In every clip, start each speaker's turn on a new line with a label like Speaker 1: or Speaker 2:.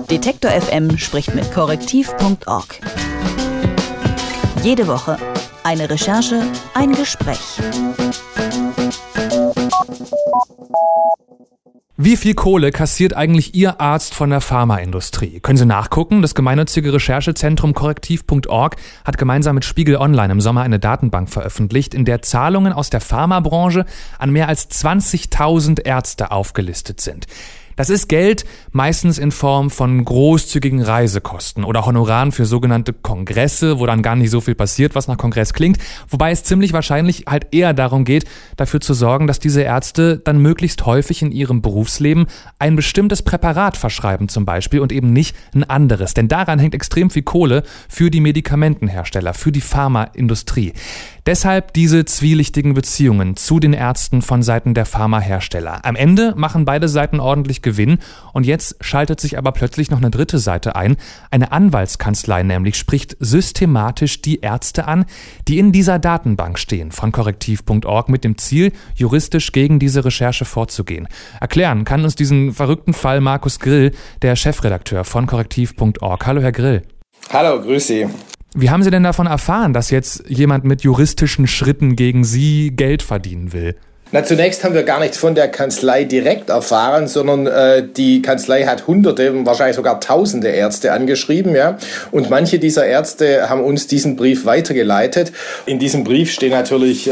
Speaker 1: Detektor FM spricht mit Korrektiv.org. Jede Woche eine Recherche, ein Gespräch.
Speaker 2: Wie viel Kohle kassiert eigentlich Ihr Arzt von der Pharmaindustrie? Können Sie nachgucken? Das gemeinnützige Recherchezentrum Korrektiv.org hat gemeinsam mit Spiegel Online im Sommer eine Datenbank veröffentlicht, in der Zahlungen aus der Pharmabranche an mehr als 20.000 Ärzte aufgelistet sind. Das ist Geld, meistens in Form von großzügigen Reisekosten oder Honoraren für sogenannte Kongresse, wo dann gar nicht so viel passiert, was nach Kongress klingt. Wobei es ziemlich wahrscheinlich halt eher darum geht, dafür zu sorgen, dass diese Ärzte dann möglichst häufig in ihrem Berufsleben ein bestimmtes Präparat verschreiben zum Beispiel und eben nicht ein anderes. Denn daran hängt extrem viel Kohle für die Medikamentenhersteller, für die Pharmaindustrie. Deshalb diese zwielichtigen Beziehungen zu den Ärzten von Seiten der Pharmahersteller. Am Ende machen beide Seiten ordentlich Gewinn und jetzt schaltet sich aber plötzlich noch eine dritte Seite ein. Eine Anwaltskanzlei nämlich spricht systematisch die Ärzte an, die in dieser Datenbank stehen von Korrektiv.org mit dem Ziel, juristisch gegen diese Recherche vorzugehen. Erklären kann uns diesen verrückten Fall Markus Grill, der Chefredakteur von Korrektiv.org. Hallo Herr Grill.
Speaker 3: Hallo, grüß Sie.
Speaker 2: Wie haben Sie denn davon erfahren, dass jetzt jemand mit juristischen Schritten gegen Sie Geld verdienen will?
Speaker 3: Na, zunächst haben wir gar nichts von der Kanzlei direkt erfahren, sondern die Kanzlei hat Hunderte, wahrscheinlich sogar Tausende Ärzte angeschrieben, ja. Und manche dieser Ärzte haben uns diesen Brief weitergeleitet. In diesem Brief stehen natürlich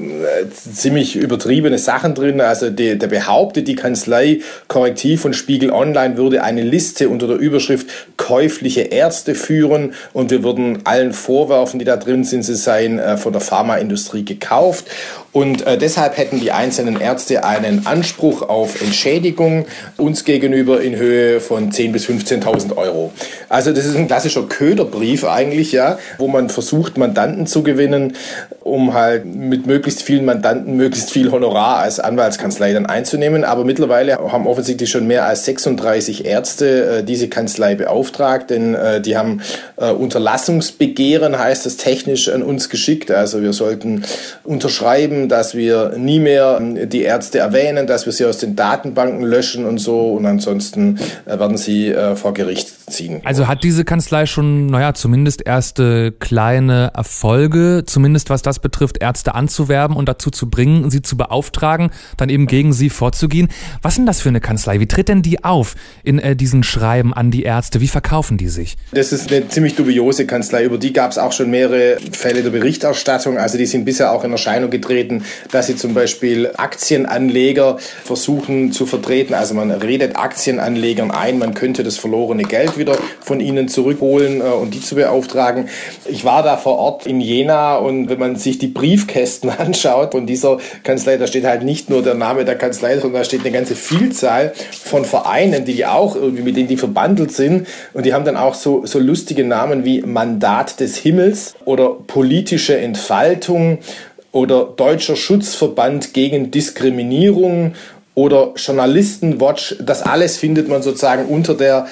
Speaker 3: ziemlich übertriebene Sachen drin. Also der behauptet, die Kanzlei Korrektiv und Spiegel Online würde eine Liste unter der Überschrift käufliche Ärzte führen und wir würden allen vorwerfen, die da drin sind, sie seien von der Pharmaindustrie gekauft. Und deshalb hätten die einzelnen Ärzte einen Anspruch auf Entschädigung uns gegenüber in Höhe von 10.000 bis 15.000 Euro. Also das ist ein klassischer Köderbrief eigentlich, ja, wo man versucht, Mandanten zu gewinnen, um halt mit möglichst vielen Mandanten möglichst viel Honorar als Anwaltskanzlei dann einzunehmen. Aber mittlerweile haben offensichtlich schon mehr als 36 Ärzte diese Kanzlei beauftragt, denn die haben Unterlassungsbegehren, heißt das technisch, an uns geschickt. Also wir sollten unterschreiben, dass wir nie mehr die Ärzte erwähnen, dass wir sie aus den Datenbanken löschen und so. Und ansonsten werden sie vor Gericht ziehen.
Speaker 2: Also hat diese Kanzlei schon, zumindest erste kleine Erfolge, zumindest was das betrifft, Ärzte anzuwerben und dazu zu bringen, sie zu beauftragen, dann eben gegen sie vorzugehen. Was ist denn das für eine Kanzlei? Wie tritt denn die auf in diesen Schreiben an die Ärzte? Wie verkaufen die sich?
Speaker 3: Das ist eine ziemlich dubiose Kanzlei. Über die gab es auch schon mehrere Fälle der Berichterstattung. Also die sind bisher auch in Erscheinung getreten, dass sie zum Beispiel Aktienanleger versuchen zu vertreten. Also man redet Aktienanlegern ein, man könnte das verlorene Geld wieder von ihnen zurückholen und die zu beauftragen. Ich war da vor Ort in Jena und wenn man sich die Briefkästen anschaut von dieser Kanzlei, da steht halt nicht nur der Name der Kanzlei, sondern da steht eine ganze Vielzahl von Vereinen, die auch irgendwie mit denen die verbandelt sind. Und die haben dann auch so lustige Namen wie Mandat des Himmels oder politische Entfaltung oder Deutscher Schutzverband gegen Diskriminierung oder Journalistenwatch. Das alles findet man sozusagen unter der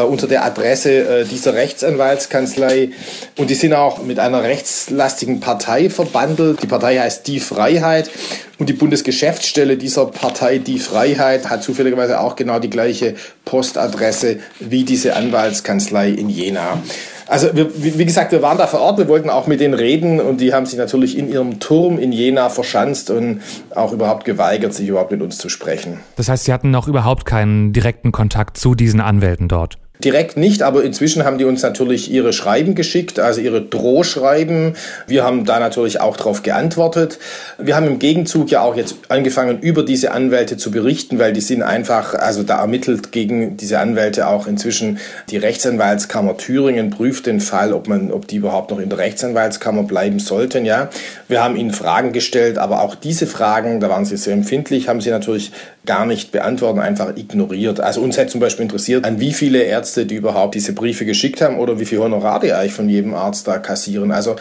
Speaker 3: Adresse dieser Rechtsanwaltskanzlei. Und die sind auch mit einer rechtslastigen Partei verbandelt. Die Partei heißt Die Freiheit. Und die Bundesgeschäftsstelle dieser Partei Die Freiheit hat zufälligerweise auch genau die gleiche Postadresse wie diese Anwaltskanzlei in Jena. Also wie gesagt, wir waren da vor Ort, wir wollten auch mit denen reden und die haben sich natürlich in ihrem Turm in Jena verschanzt und auch überhaupt geweigert, sich überhaupt mit uns zu sprechen.
Speaker 2: Das heißt, Sie hatten noch überhaupt keinen direkten Kontakt zu diesen Anwälten dort?
Speaker 3: Direkt nicht, aber inzwischen haben die uns natürlich ihre Schreiben geschickt, also ihre Drohschreiben. Wir haben da natürlich auch darauf geantwortet. Wir haben im Gegenzug ja auch jetzt angefangen, über diese Anwälte zu berichten, weil die sind einfach, also da ermittelt gegen diese Anwälte auch inzwischen die Rechtsanwaltskammer Thüringen, prüft den Fall, ob die überhaupt noch in der Rechtsanwaltskammer bleiben sollten, ja. Wir haben ihnen Fragen gestellt, aber auch diese Fragen, da waren sie sehr empfindlich, haben sie natürlich gar nicht beantworten, einfach ignoriert. Also uns hätte zum Beispiel interessiert, an wie viele Ärzte die überhaupt diese Briefe geschickt haben oder wie viel Honorar die eigentlich von jedem Arzt da kassieren. Also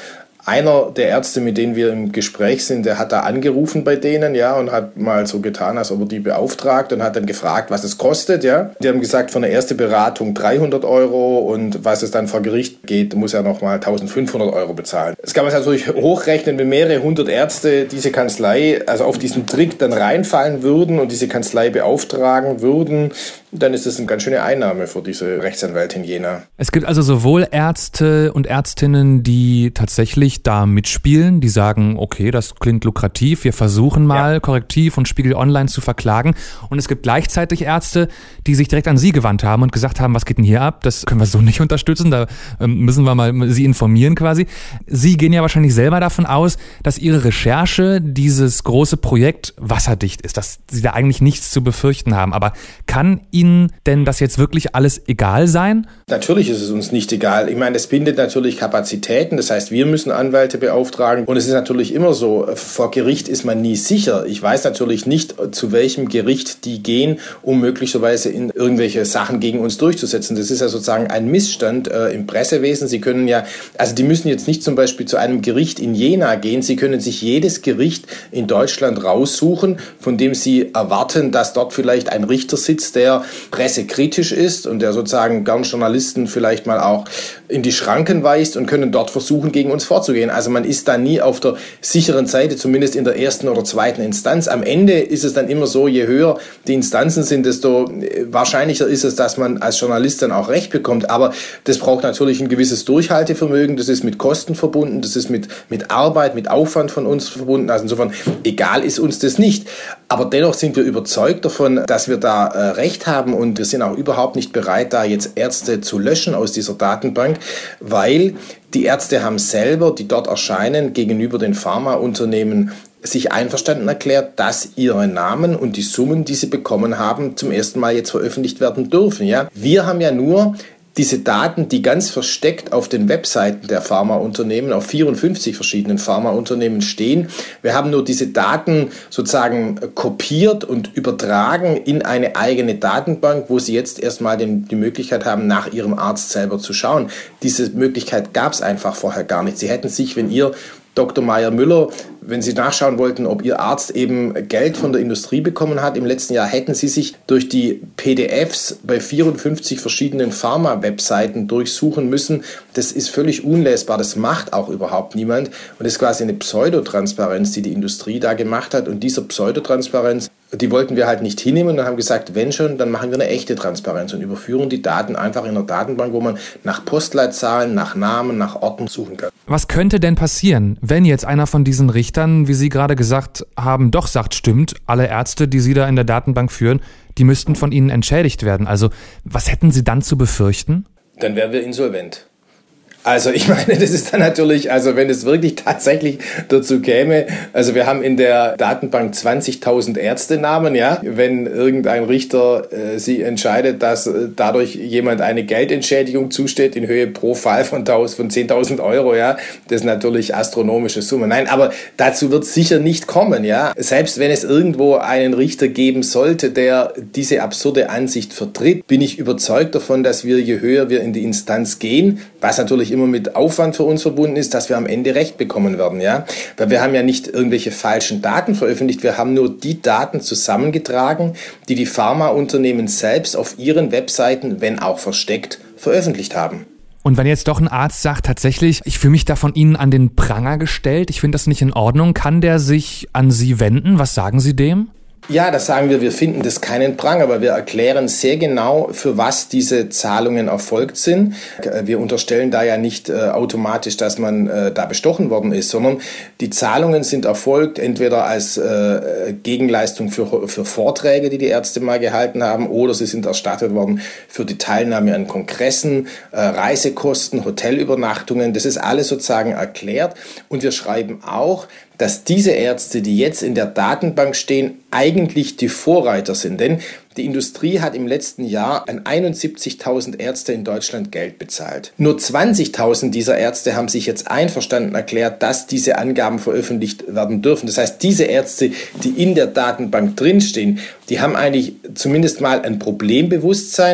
Speaker 3: Einer der Ärzte, mit denen wir im Gespräch sind, der hat da angerufen bei denen, ja, und hat mal so getan, als ob er die beauftragt und hat dann gefragt, was es kostet, ja. Die haben gesagt, für eine erste Beratung 300 € und was es dann vor Gericht geht, muss er nochmal 1.500 € bezahlen. Das kann man natürlich hochrechnen, wenn mehrere hundert Ärzte diese Kanzlei, also auf diesen Trick dann reinfallen würden und diese Kanzlei beauftragen würden, dann ist das eine ganz schöne Einnahme für diese Rechtsanwältin Jena.
Speaker 2: Es gibt also sowohl Ärzte und Ärztinnen, die tatsächlich da mitspielen, die sagen, okay, das klingt lukrativ, wir versuchen mal Korrektiv und Spiegel Online zu verklagen. Und es gibt gleichzeitig Ärzte, die sich direkt an Sie gewandt haben und gesagt haben, was geht denn hier ab? Das können wir so nicht unterstützen, da müssen wir mal Sie informieren quasi. Sie gehen ja wahrscheinlich selber davon aus, dass Ihre Recherche, dieses große Projekt, wasserdicht ist, dass Sie da eigentlich nichts zu befürchten haben. Aber kann Ihnen denn das jetzt wirklich alles egal sein?
Speaker 3: Natürlich ist es uns nicht egal. Ich meine, es bindet natürlich Kapazitäten. Das heißt, wir müssen Anwälte beauftragen. Und es ist natürlich immer so, vor Gericht ist man nie sicher. Ich weiß natürlich nicht, zu welchem Gericht die gehen, um möglicherweise in irgendwelche Sachen gegen uns durchzusetzen. Das ist ja sozusagen ein Missstand im Pressewesen. Sie können ja, also die müssen jetzt nicht zum Beispiel zu einem Gericht in Jena gehen. Sie können sich jedes Gericht in Deutschland raussuchen, von dem sie erwarten, dass dort vielleicht ein Richter sitzt, der pressekritisch ist und der sozusagen gern Journalisten vielleicht mal auch in die Schranken weist und können dort versuchen, gegen uns vorzugehen. Also man ist da nie auf der sicheren Seite, zumindest in der ersten oder zweiten Instanz. Am Ende ist es dann immer so, je höher die Instanzen sind, desto wahrscheinlicher ist es, dass man als Journalist dann auch Recht bekommt. Aber das braucht natürlich ein gewisses Durchhaltevermögen, das ist mit Kosten verbunden, das ist mit Arbeit, mit Aufwand von uns verbunden. Also insofern, egal ist uns das nicht. Aber dennoch sind wir überzeugt davon, dass wir da Recht haben und wir sind auch überhaupt nicht bereit, da jetzt Ärzte zu löschen aus dieser Datenbank, weil die Ärzte haben selber, die dort erscheinen, gegenüber den Pharmaunternehmen sich einverstanden erklärt, dass ihre Namen und die Summen, die sie bekommen haben, zum ersten Mal jetzt veröffentlicht werden dürfen. Ja? Wir haben ja nur diese Daten, die ganz versteckt auf den Webseiten der Pharmaunternehmen, auf 54 verschiedenen Pharmaunternehmen stehen. Wir haben nur diese Daten sozusagen kopiert und übertragen in eine eigene Datenbank, wo Sie jetzt erstmal die Möglichkeit haben, nach Ihrem Arzt selber zu schauen. Diese Möglichkeit gab es einfach vorher gar nicht. Sie hätten sich, wenn Ihr Dr. Meyer-Müller, wenn Sie nachschauen wollten, ob Ihr Arzt eben Geld von der Industrie bekommen hat im letzten Jahr, hätten Sie sich durch die PDFs bei 54 verschiedenen Pharma-Webseiten durchsuchen müssen. Das ist völlig unlesbar, das macht auch überhaupt niemand. Und das ist quasi eine Pseudotransparenz, die Industrie da gemacht hat. Und dieser Pseudotransparenz, die wollten wir halt nicht hinnehmen und haben gesagt, wenn schon, dann machen wir eine echte Transparenz und überführen die Daten einfach in einer Datenbank, wo man nach Postleitzahlen, nach Namen, nach Orten suchen kann.
Speaker 2: Was könnte denn passieren, wenn jetzt einer von diesen Richtern, wie Sie gerade gesagt haben, doch sagt, stimmt, alle Ärzte, die Sie da in der Datenbank führen, die müssten von Ihnen entschädigt werden? Also was hätten Sie dann zu befürchten?
Speaker 3: Dann wären wir insolvent. Also ich meine, das ist dann natürlich, also wenn es wirklich tatsächlich dazu käme, also wir haben in der Datenbank 20.000 Ärztenamen, ja, wenn irgendein Richter sie entscheidet, dass dadurch jemand eine Geldentschädigung zusteht in Höhe pro Fall von 10.000 €, ja, das ist natürlich astronomische Summe. Nein, aber dazu wird es sicher nicht kommen, ja. Selbst wenn es irgendwo einen Richter geben sollte, der diese absurde Ansicht vertritt, bin ich überzeugt davon, dass wir, je höher wir in die Instanz gehen, was natürlich immer mit Aufwand für uns verbunden ist, dass wir am Ende Recht bekommen werden, ja. Weil wir haben ja nicht irgendwelche falschen Daten veröffentlicht, wir haben nur die Daten zusammengetragen, die die Pharmaunternehmen selbst auf ihren Webseiten, wenn auch versteckt, veröffentlicht haben.
Speaker 2: Und wenn jetzt doch ein Arzt sagt, tatsächlich, ich fühle mich da von Ihnen an den Pranger gestellt, ich finde das nicht in Ordnung, kann der sich an Sie wenden? Was sagen Sie dem?
Speaker 3: Ja, das sagen wir finden das keinen Prang, aber wir erklären sehr genau, für was diese Zahlungen erfolgt sind. Wir unterstellen da ja nicht automatisch, dass man da bestochen worden ist, sondern die Zahlungen sind erfolgt entweder als Gegenleistung für Vorträge, die Ärzte mal gehalten haben, oder sie sind erstattet worden für die Teilnahme an Kongressen, Reisekosten, Hotelübernachtungen. Das ist alles sozusagen erklärt. Und wir schreiben auch, dass diese Ärzte, die jetzt in der Datenbank stehen, eigentlich die Vorreiter sind. Denn die Industrie hat im letzten Jahr an 71.000 Ärzte in Deutschland Geld bezahlt. Nur 20.000 dieser Ärzte haben sich jetzt einverstanden erklärt, dass diese Angaben veröffentlicht werden dürfen. Das heißt, diese Ärzte, die in der Datenbank drinstehen, die haben eigentlich zumindest mal ein Problembewusstsein,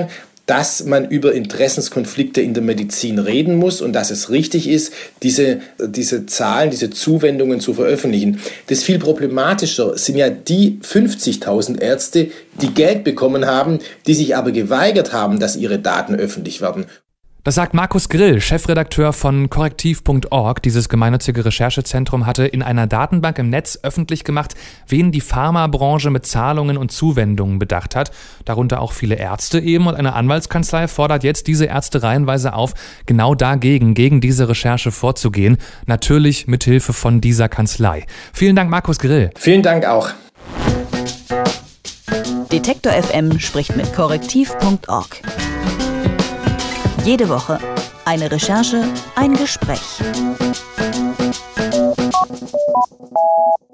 Speaker 3: dass man über Interessenskonflikte in der Medizin reden muss und dass es richtig ist, diese Zahlen, diese Zuwendungen zu veröffentlichen. Das viel problematischer sind ja die 50.000 Ärzte, die Geld bekommen haben, die sich aber geweigert haben, dass ihre Daten öffentlich werden.
Speaker 2: Das sagt Markus Grill, Chefredakteur von Korrektiv.org. Dieses gemeinnützige Recherchezentrum hatte in einer Datenbank im Netz öffentlich gemacht, wen die Pharmabranche mit Zahlungen und Zuwendungen bedacht hat. Darunter auch viele Ärzte eben. Und eine Anwaltskanzlei fordert jetzt diese Ärzte reihenweise auf, genau dagegen, gegen diese Recherche vorzugehen. Natürlich mit Hilfe von dieser Kanzlei. Vielen Dank, Markus Grill.
Speaker 3: Vielen Dank auch.
Speaker 1: Detektor FM spricht mit Korrektiv.org. Jede Woche eine Recherche, ein Gespräch.